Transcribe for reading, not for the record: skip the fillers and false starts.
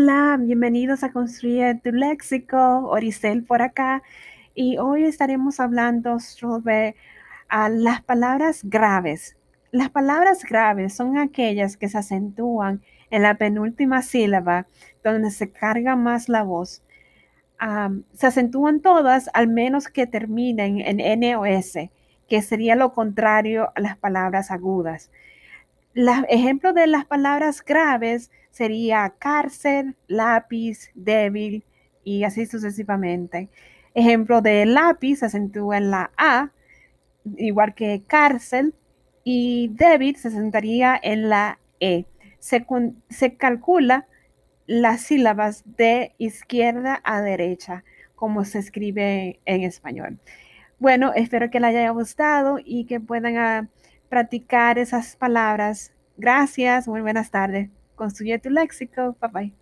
Hola, bienvenidos a Construir tu Léxico, Oricel por acá. Y hoy estaremos hablando sobre las palabras graves. Las palabras graves son aquellas que se acentúan en la penúltima sílaba, donde se carga más la voz. Se acentúan todas, al menos que terminen en N o S, que sería lo contrario a las palabras agudas. Ejemplos de las palabras graves sería cárcel, lápiz, débil y así sucesivamente. Ejemplo de lápiz se acentúa en la A, igual que cárcel, y débil se sentaría en la E. Se calcula las sílabas de izquierda a derecha, como se escribe en español. Bueno, espero que les haya gustado y que puedan practicar esas palabras. Gracias, muy buenas tardes. Construye tu léxico. Bye bye.